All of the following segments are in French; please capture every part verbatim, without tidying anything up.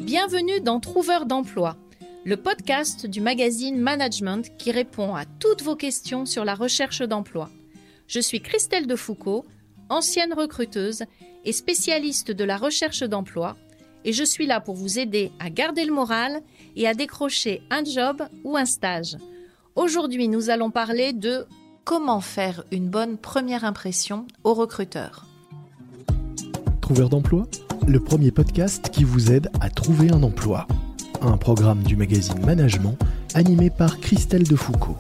Bienvenue dans Trouveur d'emploi, le podcast du magazine Management qui répond à toutes vos questions sur la recherche d'emploi. Je suis Christelle Defoucault, ancienne recruteuse et spécialiste de la recherche d'emploi, et je suis là pour vous aider à garder le moral et à décrocher un job ou un stage. Aujourd'hui, nous allons parler de comment faire une bonne première impression aux recruteurs. Trouveur d'emploi, le premier podcast qui vous aide à trouver un emploi. Un programme du magazine Management animé par Christelle Defoucault.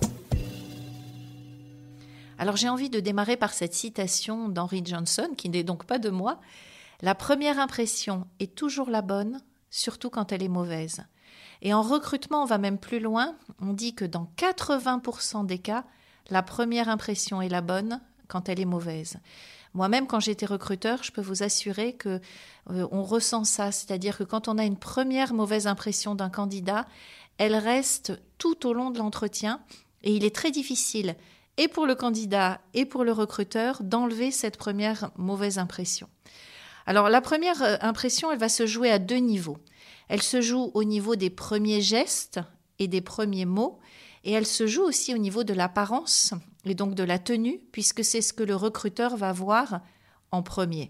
Alors j'ai envie de démarrer par cette citation d'Henry Johnson, qui n'est donc pas de moi. La première impression est toujours la bonne, surtout quand elle est mauvaise. Et en recrutement, on va même plus loin. On dit que dans quatre-vingts pour cent des cas, la première impression est la bonne quand elle est mauvaise. Moi-même, quand j'étais recruteur, je peux vous assurer que euh, on ressent ça, c'est-à-dire que quand on a une première mauvaise impression d'un candidat, elle reste tout au long de l'entretien et il est très difficile, et pour le candidat et pour le recruteur, d'enlever cette première mauvaise impression. Alors, la première impression, elle va se jouer à deux niveaux. Elle se joue au niveau des premiers gestes et des premiers mots, et elle se joue aussi au niveau de l'apparence et donc de la tenue, puisque c'est ce que le recruteur va voir en premier.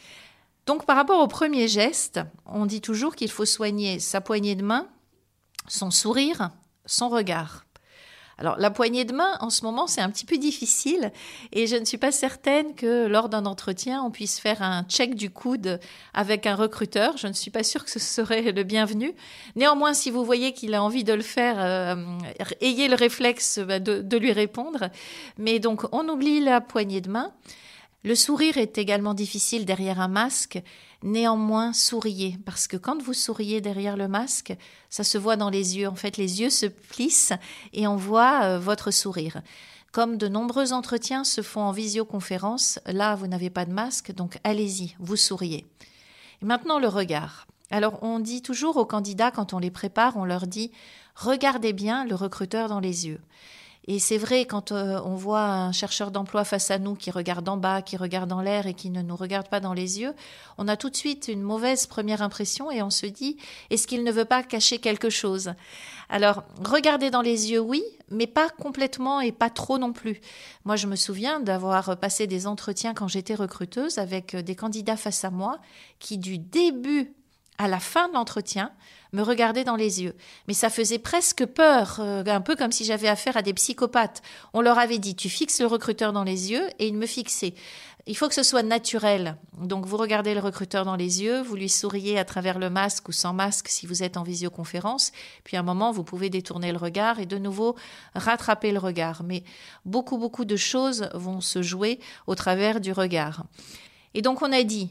Donc par rapport au premier geste, on dit toujours qu'il faut soigner sa poignée de main, son sourire, son regard. Alors la poignée de main, en ce moment, c'est un petit peu difficile et je ne suis pas certaine que lors d'un entretien, on puisse faire un check du coude avec un recruteur. Je ne suis pas sûre que ce serait le bienvenu. Néanmoins, si vous voyez qu'il a envie de le faire, euh, ayez le réflexe de, de lui répondre. Mais donc, on oublie la poignée de main. Le sourire est également difficile derrière un masque. Néanmoins, souriez, parce que quand vous souriez derrière le masque, ça se voit dans les yeux. En fait, les yeux se plissent et on voit euh, votre sourire. Comme de nombreux entretiens se font en visioconférence, là, vous n'avez pas de masque, donc allez-y, vous souriez. Et maintenant, le regard. Alors, on dit toujours aux candidats, quand on les prépare, on leur dit « Regardez bien le recruteur dans les yeux ». Et c'est vrai, quand euh, on voit un chercheur d'emploi face à nous qui regarde en bas, qui regarde en l'air et qui ne nous regarde pas dans les yeux, on a tout de suite une mauvaise première impression et on se dit « est-ce qu'il ne veut pas cacher quelque chose ?» Alors, regarder dans les yeux, oui, mais pas complètement et pas trop non plus. Moi, je me souviens d'avoir passé des entretiens quand j'étais recruteuse avec des candidats face à moi qui, du début à la fin de l'entretien, me regardaient dans les yeux. Mais ça faisait presque peur, euh, un peu comme si j'avais affaire à des psychopathes. On leur avait dit, tu fixes le recruteur dans les yeux, et il me fixait. Il faut que ce soit naturel. Donc, vous regardez le recruteur dans les yeux, vous lui souriez à travers le masque ou sans masque si vous êtes en visioconférence. Puis, à un moment, vous pouvez détourner le regard et de nouveau rattraper le regard. Mais beaucoup, beaucoup de choses vont se jouer au travers du regard. Et donc, on a dit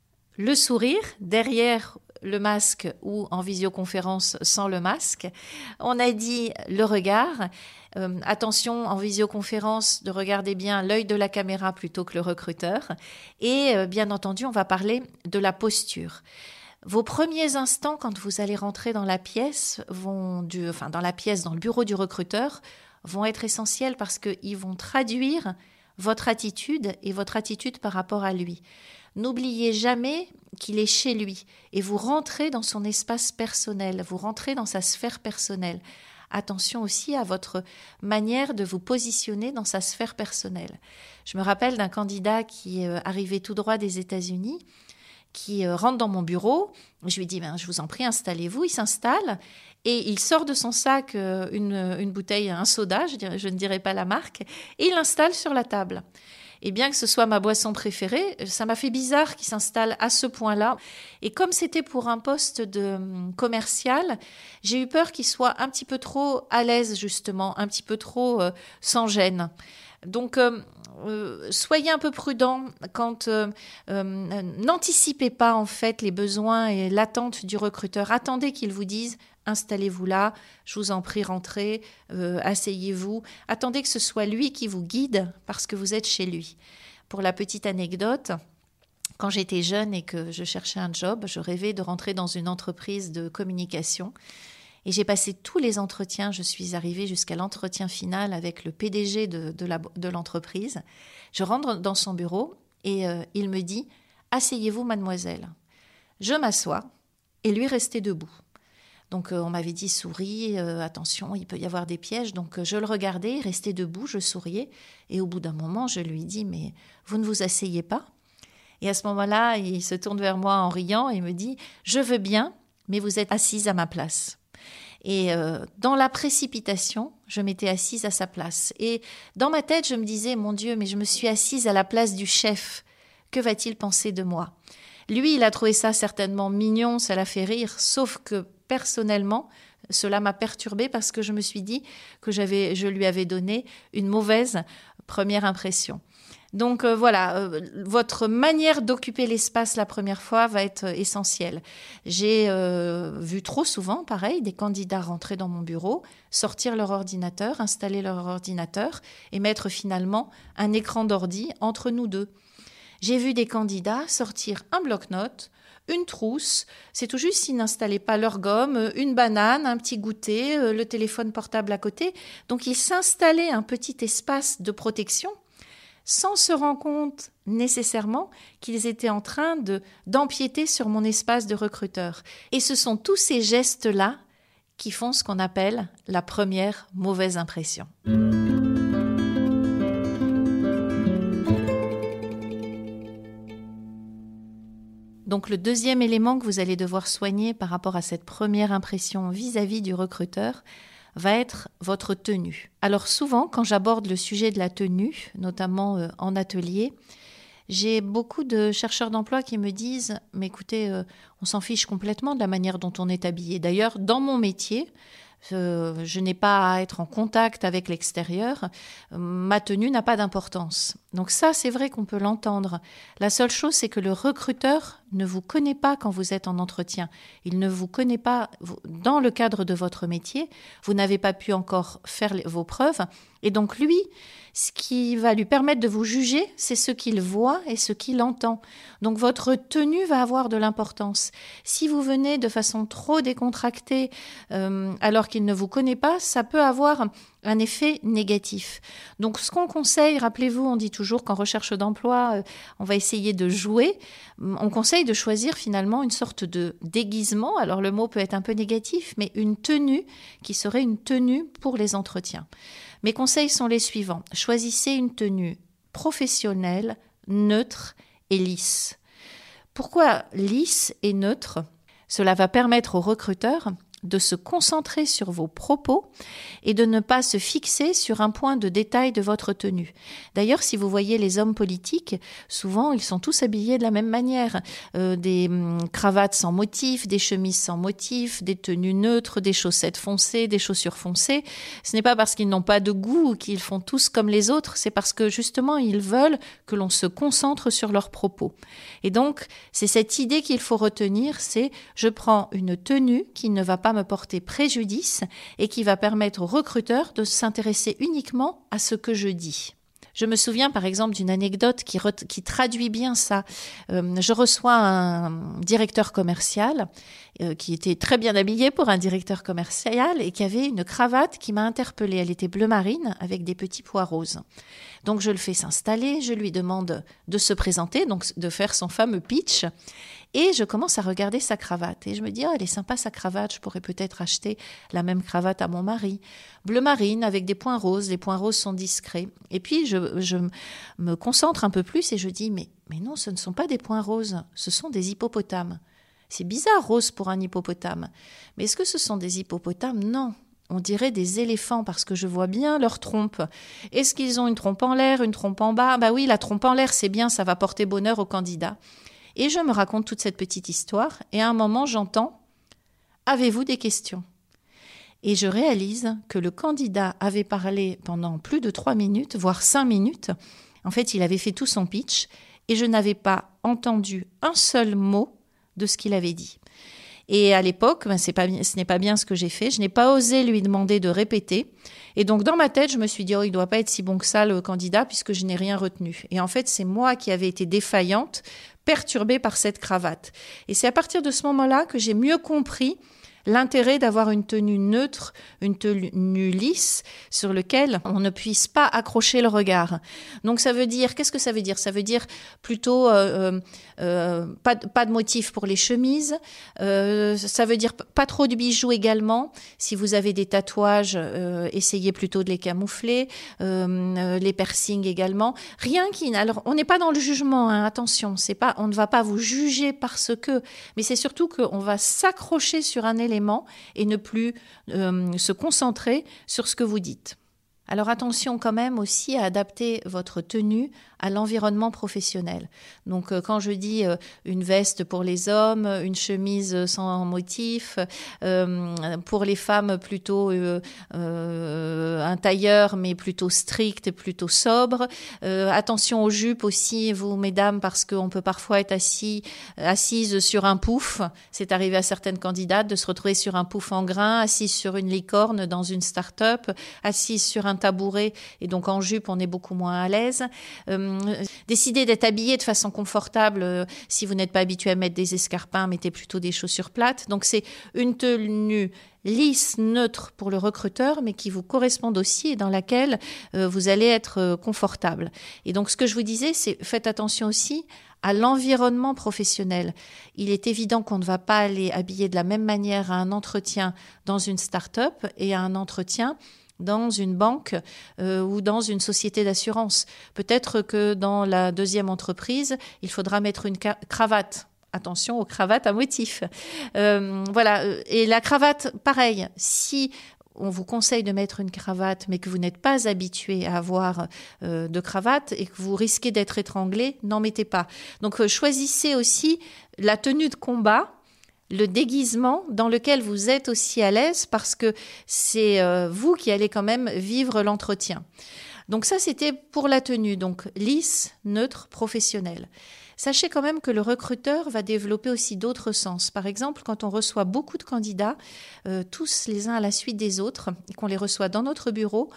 le sourire derrière le masque ou en visioconférence sans le masque. On a dit le regard. Euh, attention, en visioconférence, de regarder bien l'œil de la caméra plutôt que le recruteur. Et euh, bien entendu, on va parler de la posture. Vos premiers instants, quand vous allez rentrer dans la pièce, vont du, enfin dans la pièce, dans le bureau du recruteur, vont être essentiels parce qu'ils vont traduire votre attitude et votre attitude par rapport à lui. N'oubliez jamais qu'il est chez lui et vous rentrez dans son espace personnel, vous rentrez dans sa sphère personnelle. Attention aussi à votre manière de vous positionner dans sa sphère personnelle. Je me rappelle d'un candidat qui est arrivé tout droit des États-Unis, qui rentre dans mon bureau. Je lui dis ben, « je vous en prie, installez-vous ». Il s'installe et il sort de son sac une, une bouteille, un soda, je, dirais, je ne dirais pas la marque, et il l'installe sur la table. Et bien que ce soit ma boisson préférée, ça m'a fait bizarre qu'il s'installe à ce point-là. Et comme c'était pour un poste de commercial, j'ai eu peur qu'il soit un petit peu trop à l'aise, justement, un petit peu trop euh, sans gêne. Donc, euh, euh, soyez un peu prudents quand euh, euh, n'anticipez pas en fait les besoins et l'attente du recruteur. Attendez qu'il vous dise « installez-vous là, je vous en prie, rentrez, euh, asseyez-vous ». Attendez que ce soit lui qui vous guide parce que vous êtes chez lui. Pour la petite anecdote, quand j'étais jeune et que je cherchais un job, je rêvais de rentrer dans une entreprise de communication. Et j'ai passé tous les entretiens, je suis arrivée jusqu'à l'entretien final avec le P D G de, de, la, de l'entreprise. Je rentre dans son bureau et euh, il me dit « Asseyez-vous, mademoiselle ». Je m'assois et lui restait debout. Donc euh, on m'avait dit souris, euh, attention, il peut y avoir des pièges. Donc euh, je le regardais, il restait debout, je souriais. Et au bout d'un moment, je lui dis, mais vous ne vous asseyez pas ? Et à ce moment-là, il se tourne vers moi en riant et me dit, je veux bien, mais vous êtes assise à ma place. Et euh, dans la précipitation, je m'étais assise à sa place. Et dans ma tête, je me disais, mon Dieu, mais je me suis assise à la place du chef. Que va-t-il penser de moi ? Lui, il a trouvé ça certainement mignon, ça l'a fait rire, sauf que personnellement, cela m'a perturbée parce que je me suis dit que j'avais, je lui avais donné une mauvaise première impression. Donc euh, voilà, euh, votre manière d'occuper l'espace la première fois va être euh, essentielle. J'ai euh, vu trop souvent, pareil, des candidats rentrer dans mon bureau, sortir leur ordinateur, installer leur ordinateur et mettre finalement un écran d'ordi entre nous deux. J'ai vu des candidats sortir un bloc-notes, une trousse, c'est tout juste s'ils n'installaient pas leur gomme, une banane, un petit goûter, le téléphone portable à côté. Donc ils s'installaient un petit espace de protection sans se rendre compte nécessairement qu'ils étaient en train de, d'empiéter sur mon espace de recruteur. Et ce sont tous ces gestes-là qui font ce qu'on appelle la première mauvaise impression. Donc le deuxième élément que vous allez devoir soigner par rapport à cette première impression vis-à-vis du recruteur va être votre tenue. Alors souvent, quand j'aborde le sujet de la tenue, notamment euh, en atelier, j'ai beaucoup de chercheurs d'emploi qui me disent « mais écoutez, euh, on s'en fiche complètement de la manière dont on est habillé ». D'ailleurs, dans mon métier, Euh, je n'ai pas à être en contact avec l'extérieur, euh, ma tenue n'a pas d'importance. Donc ça, c'est vrai qu'on peut l'entendre. La seule chose, c'est que le recruteur ne vous connaît pas quand vous êtes en entretien. Il ne vous connaît pas dans le cadre de votre métier. Vous n'avez pas pu encore faire vos preuves. Et donc lui, ce qui va lui permettre de vous juger, c'est ce qu'il voit et ce qu'il entend. Donc votre tenue va avoir de l'importance. Si vous venez de façon trop décontractée, euh, alors qu'il ne vous connaît pas, ça peut avoir un effet négatif. Donc ce qu'on conseille, rappelez-vous, on dit toujours qu'en recherche d'emploi, euh, on va essayer de jouer. On conseille de choisir finalement une sorte de déguisement. Alors le mot peut être un peu négatif, mais une tenue qui serait une tenue pour les entretiens. Mes conseils sont les suivants. Choisissez une tenue professionnelle, neutre et lisse. Pourquoi lisse et neutre ? Cela va permettre aux recruteurs de se concentrer sur vos propos et de ne pas se fixer sur un point de détail de votre tenue. D'ailleurs, si vous voyez les hommes politiques, souvent ils sont tous habillés de la même manière. Euh, des hum, cravates sans motif, des chemises sans motif, des tenues neutres, des chaussettes foncées, des chaussures foncées. Ce n'est pas parce qu'ils n'ont pas de goût ou qu'ils font tous comme les autres, c'est parce que justement ils veulent que l'on se concentre sur leurs propos. Et donc, c'est cette idée qu'il faut retenir, c'est je prends une tenue qui ne va pas me porter préjudice et qui va permettre aux recruteurs de s'intéresser uniquement à ce que je dis. Je me souviens par exemple d'une anecdote qui, re- qui traduit bien ça. Euh, je reçois un directeur commercial euh, qui était très bien habillé pour un directeur commercial et qui avait une cravate qui m'a interpellée. Elle était bleu marine avec des petits pois roses. Donc je le fais s'installer, je lui demande de se présenter, donc de faire son fameux pitch. Et je commence à regarder sa cravate. Et je me dis, oh, elle est sympa sa cravate, je pourrais peut-être acheter la même cravate à mon mari. Bleu marine avec des points roses, les points roses sont discrets. Et puis je, je me concentre un peu plus et je dis, mais, mais non, ce ne sont pas des points roses, ce sont des hippopotames. C'est bizarre, rose pour un hippopotame. Mais est-ce que ce sont des hippopotames ? Non. On dirait des éléphants parce que je vois bien leur trompe. Est-ce qu'ils ont une trompe en l'air, une trompe en bas ? Bah oui, la trompe en l'air, c'est bien, ça va porter bonheur au candidat. Et je me raconte toute cette petite histoire et à un moment, j'entends « Avez-vous des questions ?» Et je réalise que le candidat avait parlé pendant plus de trois minutes, voire cinq minutes. En fait, il avait fait tout son pitch et je n'avais pas entendu un seul mot de ce qu'il avait dit. Et à l'époque, ben c'est pas, ce n'est pas bien ce que j'ai fait. Je n'ai pas osé lui demander de répéter. Et donc, dans ma tête, je me suis dit, oh, il ne doit pas être si bon que ça, le candidat, puisque je n'ai rien retenu. Et en fait, c'est moi qui avais été défaillante, perturbée par cette cravate. Et c'est à partir de ce moment-là que j'ai mieux compris l'intérêt d'avoir une tenue neutre, une tenue lisse sur laquelle on ne puisse pas accrocher le regard. Donc ça veut dire, qu'est-ce que ça veut dire ? Ça veut dire plutôt euh, euh, pas, pas de motif pour les chemises, euh, ça veut dire pas trop de bijoux également. Si vous avez des tatouages, euh, essayez plutôt de les camoufler, euh, les piercings également. Rien qui... Alors on n'est pas dans le jugement, hein, attention, c'est pas, on ne va pas vous juger parce que, mais c'est surtout qu'on va s'accrocher sur un élément et ne plus euh, se concentrer sur ce que vous dites. Alors attention quand même aussi à adapter votre tenue à l'environnement professionnel. Donc euh, quand je dis euh, une veste pour les hommes, une chemise sans motif, euh, pour les femmes plutôt euh, euh, un tailleur mais plutôt strict et plutôt sobre. Euh, attention aux jupes aussi, vous mesdames, parce qu'on peut parfois être assis, assise sur un pouf. C'est arrivé à certaines candidates de se retrouver sur un pouf en grain, assise sur une licorne dans une start-up, assise sur un tabouret et donc en jupe on est beaucoup moins à l'aise. Euh, décidez d'être habillé de façon confortable. Euh, si vous n'êtes pas habitué à mettre des escarpins, mettez plutôt des chaussures plates. Donc c'est une tenue lisse, neutre pour le recruteur, mais qui vous corresponde aussi et dans laquelle euh, vous allez être euh, confortable. Et donc ce que je vous disais, c'est faites attention aussi à l'environnement professionnel. Il est évident qu'on ne va pas aller habiller de la même manière à un entretien dans une start-up et à un entretien dans une banque euh, ou dans une société d'assurance. Peut-être que dans la deuxième entreprise, il faudra mettre une ca- cravate. Attention aux cravates à motif. Euh, voilà. Et la cravate, pareil. Si on vous conseille de mettre une cravate, mais que vous n'êtes pas habitué à avoir euh, de cravate et que vous risquez d'être étranglé, n'en mettez pas. Donc, euh, choisissez aussi la tenue de combat, le déguisement dans lequel vous êtes aussi à l'aise parce que c'est euh, vous qui allez quand même vivre l'entretien. Donc ça, c'était pour la tenue, donc lisse, neutre, professionnelle. Sachez quand même que le recruteur va développer aussi d'autres sens. Par exemple, quand on reçoit beaucoup de candidats, euh, tous les uns à la suite des autres, et qu'on les reçoit dans notre bureau,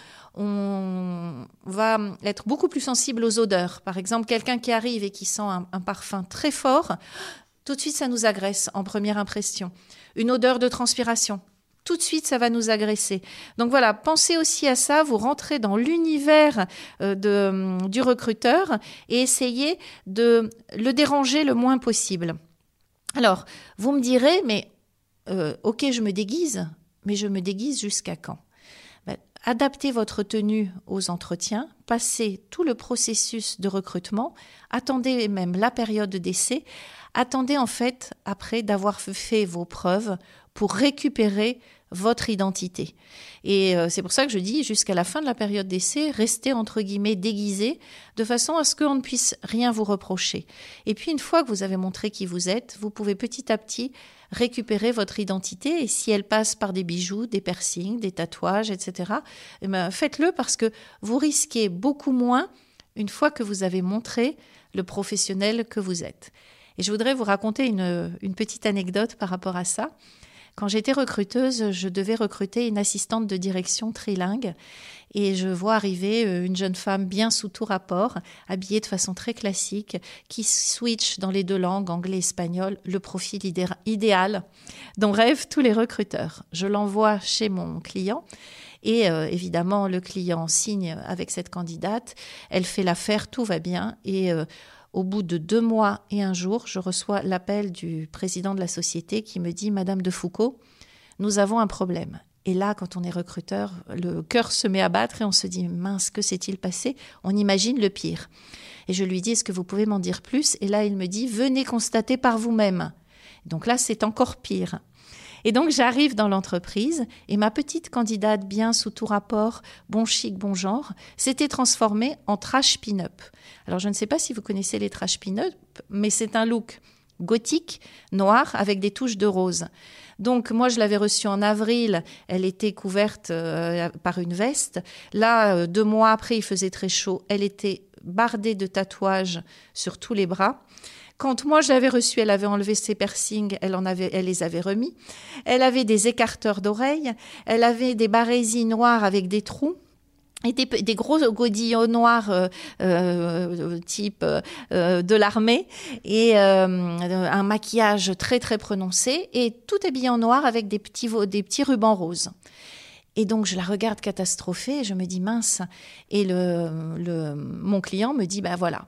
on va être beaucoup plus sensible aux odeurs. Par exemple, quelqu'un qui arrive et qui sent un, un parfum très fort, tout de suite, ça nous agresse en première impression. Une odeur de transpiration, tout de suite, ça va nous agresser. Donc voilà, pensez aussi à ça, vous rentrez dans l'univers euh, de, du recruteur et essayez de le déranger le moins possible. Alors, vous me direz, mais euh, ok, je me déguise, mais je me déguise jusqu'à quand ? Ben, adaptez votre tenue aux entretiens, passez tout le processus de recrutement, attendez même la période d'essai, attendez en fait après d'avoir fait vos preuves pour récupérer votre identité. Et euh, c'est pour ça que je dis jusqu'à la fin de la période d'essai, restez entre guillemets déguisé de façon à ce qu'on ne puisse rien vous reprocher. Et puis une fois que vous avez montré qui vous êtes, vous pouvez petit à petit récupérer votre identité et si elle passe par des bijoux, des piercings, des tatouages, et cetera, eh bien, faites-le parce que vous risquez beaucoup moins une fois que vous avez montré le professionnel que vous êtes. Et je voudrais vous raconter une, une petite anecdote par rapport à ça. Quand j'étais recruteuse, je devais recruter une assistante de direction trilingue et je vois arriver une jeune femme bien sous tout rapport, habillée de façon très classique, qui switch dans les deux langues, anglais et espagnol, le profil idé- idéal dont rêvent tous les recruteurs. Je l'envoie chez mon client et euh, évidemment le client signe avec cette candidate, elle fait l'affaire, tout va bien et euh, au bout de deux mois et un jour, je reçois l'appel du président de la société qui me dit « Madame de Foucault, nous avons un problème ». Et là, quand on est recruteur, le cœur se met à battre et on se dit « Mince, que s'est-il passé ?» On imagine le pire. Et je lui dis « Est-ce que vous pouvez m'en dire plus ?» Et là, il me dit « Venez constater par vous-même ». Donc là, c'est encore pire. Et donc, j'arrive dans l'entreprise et ma petite candidate bien sous tout rapport, bon chic, bon genre, s'était transformée en trash pin-up. Alors, je ne sais pas si vous connaissez les trash pin-up, mais c'est un look gothique, noir, avec des touches de rose. Donc, moi, je l'avais reçue en avril. Elle était couverte euh, par une veste. Là, euh, deux mois après, il faisait très chaud. Elle était bardée de tatouages sur tous les bras. Quand moi, je l'avais reçue, elle avait enlevé ses piercings, elle, en avait, elle les avait remis. Elle avait des écarteurs d'oreilles, elle avait des barésies noires avec des trous. et des, des gros godillots noirs euh, euh, type euh, de l'armée et euh, un maquillage très très prononcé et tout habillé en noir avec des petits, des petits rubans roses. Et donc je la regarde catastrophée et je me dis mince. Et le, le, mon client me dit ben voilà.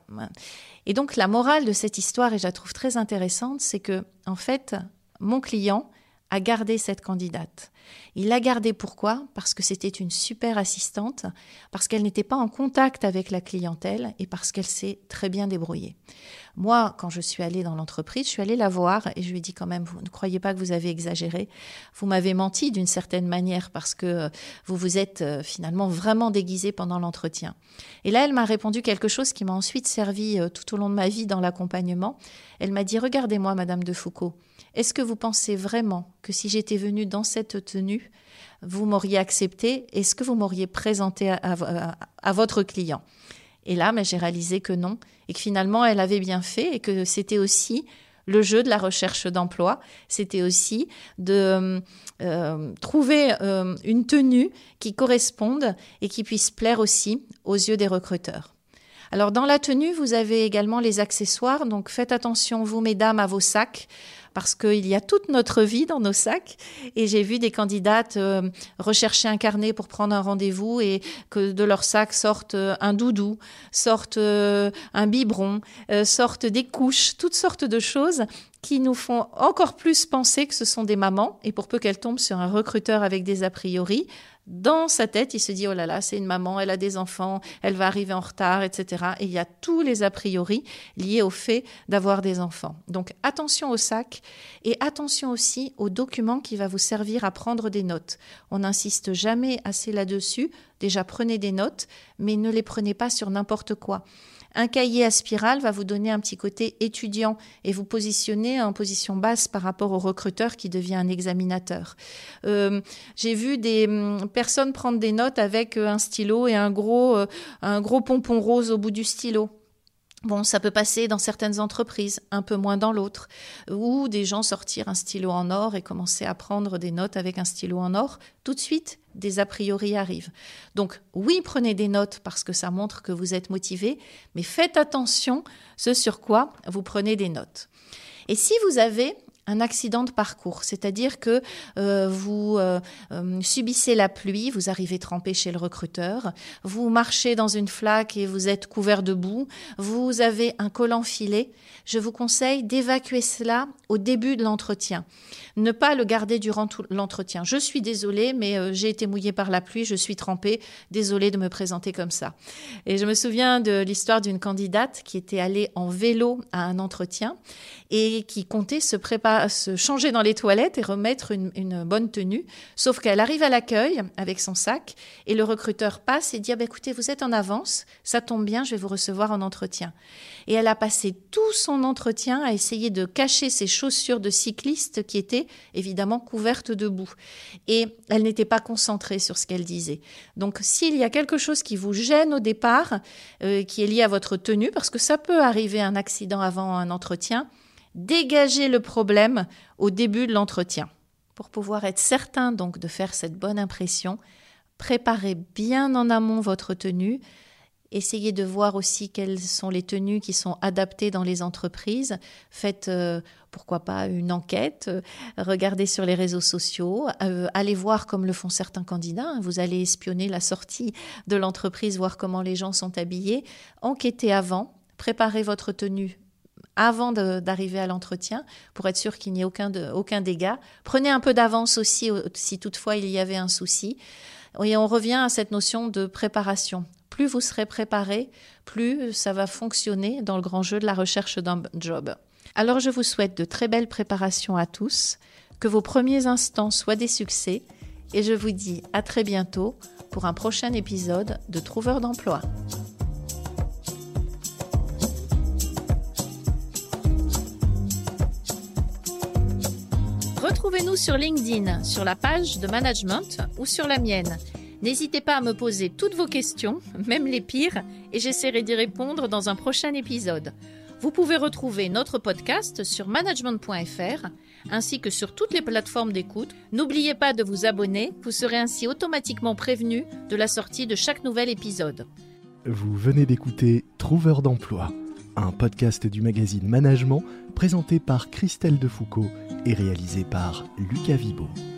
Et donc la morale de cette histoire, et je la trouve très intéressante, c'est que en fait mon client a gardé cette candidate. Il l'a gardée pourquoi ? Parce que c'était une super assistante, parce qu'elle n'était pas en contact avec la clientèle et parce qu'elle s'est très bien débrouillée. Moi, quand je suis allée dans l'entreprise, je suis allée la voir et je lui ai dit quand même, vous ne croyez pas que vous avez exagéré ? Vous m'avez menti d'une certaine manière parce que vous vous êtes finalement vraiment déguisée pendant l'entretien. Et là, elle m'a répondu quelque chose qui m'a ensuite servi tout au long de ma vie dans l'accompagnement. Elle m'a dit, regardez-moi, Madame de Foucauld, est-ce que vous pensez vraiment que si j'étais venue dans cette tenue, vous m'auriez accepté ? Est-ce que vous m'auriez présenté à, à, à votre client ? Et là, mais j'ai réalisé que non, et que finalement, elle avait bien fait, et que c'était aussi le jeu de la recherche d'emploi. C'était aussi de euh, trouver euh, une tenue qui corresponde et qui puisse plaire aussi aux yeux des recruteurs. Alors, dans la tenue, vous avez également les accessoires. Donc, faites attention, vous, mesdames, à vos sacs, parce qu'il y a toute notre vie dans nos sacs. Et j'ai vu des candidates euh, rechercher un carnet pour prendre un rendez-vous et que de leur sac sortent un doudou, sortent euh, un biberon, euh, sortent des couches, toutes sortes de choses qui nous font encore plus penser que ce sont des mamans. Et pour peu qu'elles tombent sur un recruteur avec des a priori, dans sa tête, il se dit « Oh là là, c'est une maman, elle a des enfants, elle va arriver en retard, et cetera » Et il y a tous les a priori liés au fait d'avoir des enfants. Donc, attention au sac et attention aussi aux documents qui va vous servir à prendre des notes. On n'insiste jamais assez là-dessus. Déjà, prenez des notes, mais ne les prenez pas sur n'importe quoi. Un cahier à spirale va vous donner un petit côté étudiant et vous positionner en position basse par rapport au recruteur qui devient un examinateur. Euh, j'ai vu des hum, personnes prendre des notes avec un stylo et un gros, euh, un gros pompon rose au bout du stylo. Bon, ça peut passer dans certaines entreprises, un peu moins dans l'autre, ou des gens sortir un stylo en or et commencer à prendre des notes avec un stylo en or. Tout de suite, des a priori arrivent. Donc oui, prenez des notes parce que ça montre que vous êtes motivé, mais faites attention ce sur quoi vous prenez des notes. Et si vous avez un accident de parcours, c'est-à-dire que euh, vous euh, euh, subissez la pluie, vous arrivez trempé chez le recruteur, vous marchez dans une flaque et vous êtes couvert de boue, vous avez un col enfilé, je vous conseille d'évacuer cela au début de l'entretien. Ne pas le garder durant tout l'entretien. Je suis désolée, mais euh, j'ai été mouillée par la pluie, je suis trempée, désolée de me présenter comme ça. Et je me souviens de l'histoire d'une candidate qui était allée en vélo à un entretien et qui comptait se préparer se changer dans les toilettes et remettre une, une bonne tenue, sauf qu'elle arrive à l'accueil avec son sac et le recruteur passe et dit ah ben écoutez, vous êtes en avance, ça tombe bien, je vais vous recevoir en entretien. Et elle a passé tout son entretien à essayer de cacher ses chaussures de cycliste qui étaient évidemment couvertes de boue. Et elle n'était pas concentrée sur ce qu'elle disait. Donc s'il y a quelque chose qui vous gêne au départ, euh, qui est lié à votre tenue, parce que ça peut arriver un accident avant un entretien, dégagez le problème au début de l'entretien. Pour pouvoir être certain donc de faire cette bonne impression, préparez bien en amont votre tenue. Essayez de voir aussi quelles sont les tenues qui sont adaptées dans les entreprises. Faites, euh, pourquoi pas, une enquête. Euh, regardez sur les réseaux sociaux. Euh, allez voir comme le font certains candidats. Vous allez espionner la sortie de l'entreprise, voir comment les gens sont habillés. Enquêtez avant. Préparez votre tenue avant de, d'arriver à l'entretien pour être sûr qu'il n'y ait aucun, de, aucun dégât. Prenez un peu d'avance aussi si toutefois il y avait un souci. Et on revient à cette notion de préparation. Plus vous serez préparé, plus ça va fonctionner dans le grand jeu de la recherche d'un job. Alors je vous souhaite de très belles préparations à tous, que vos premiers instants soient des succès et je vous dis à très bientôt pour un prochain épisode de Trouveur d'emploi. Retrouvez-nous sur LinkedIn, sur la page de management ou sur la mienne. N'hésitez pas à me poser toutes vos questions, même les pires, et j'essaierai d'y répondre dans un prochain épisode. Vous pouvez retrouver notre podcast sur management point f r ainsi que sur toutes les plateformes d'écoute. N'oubliez pas de vous abonner, vous serez ainsi automatiquement prévenu de la sortie de chaque nouvel épisode. Vous venez d'écouter Trouveur d'emploi, un podcast du magazine Management présenté par Christelle Defoucault et réalisé par Lucas Vibo.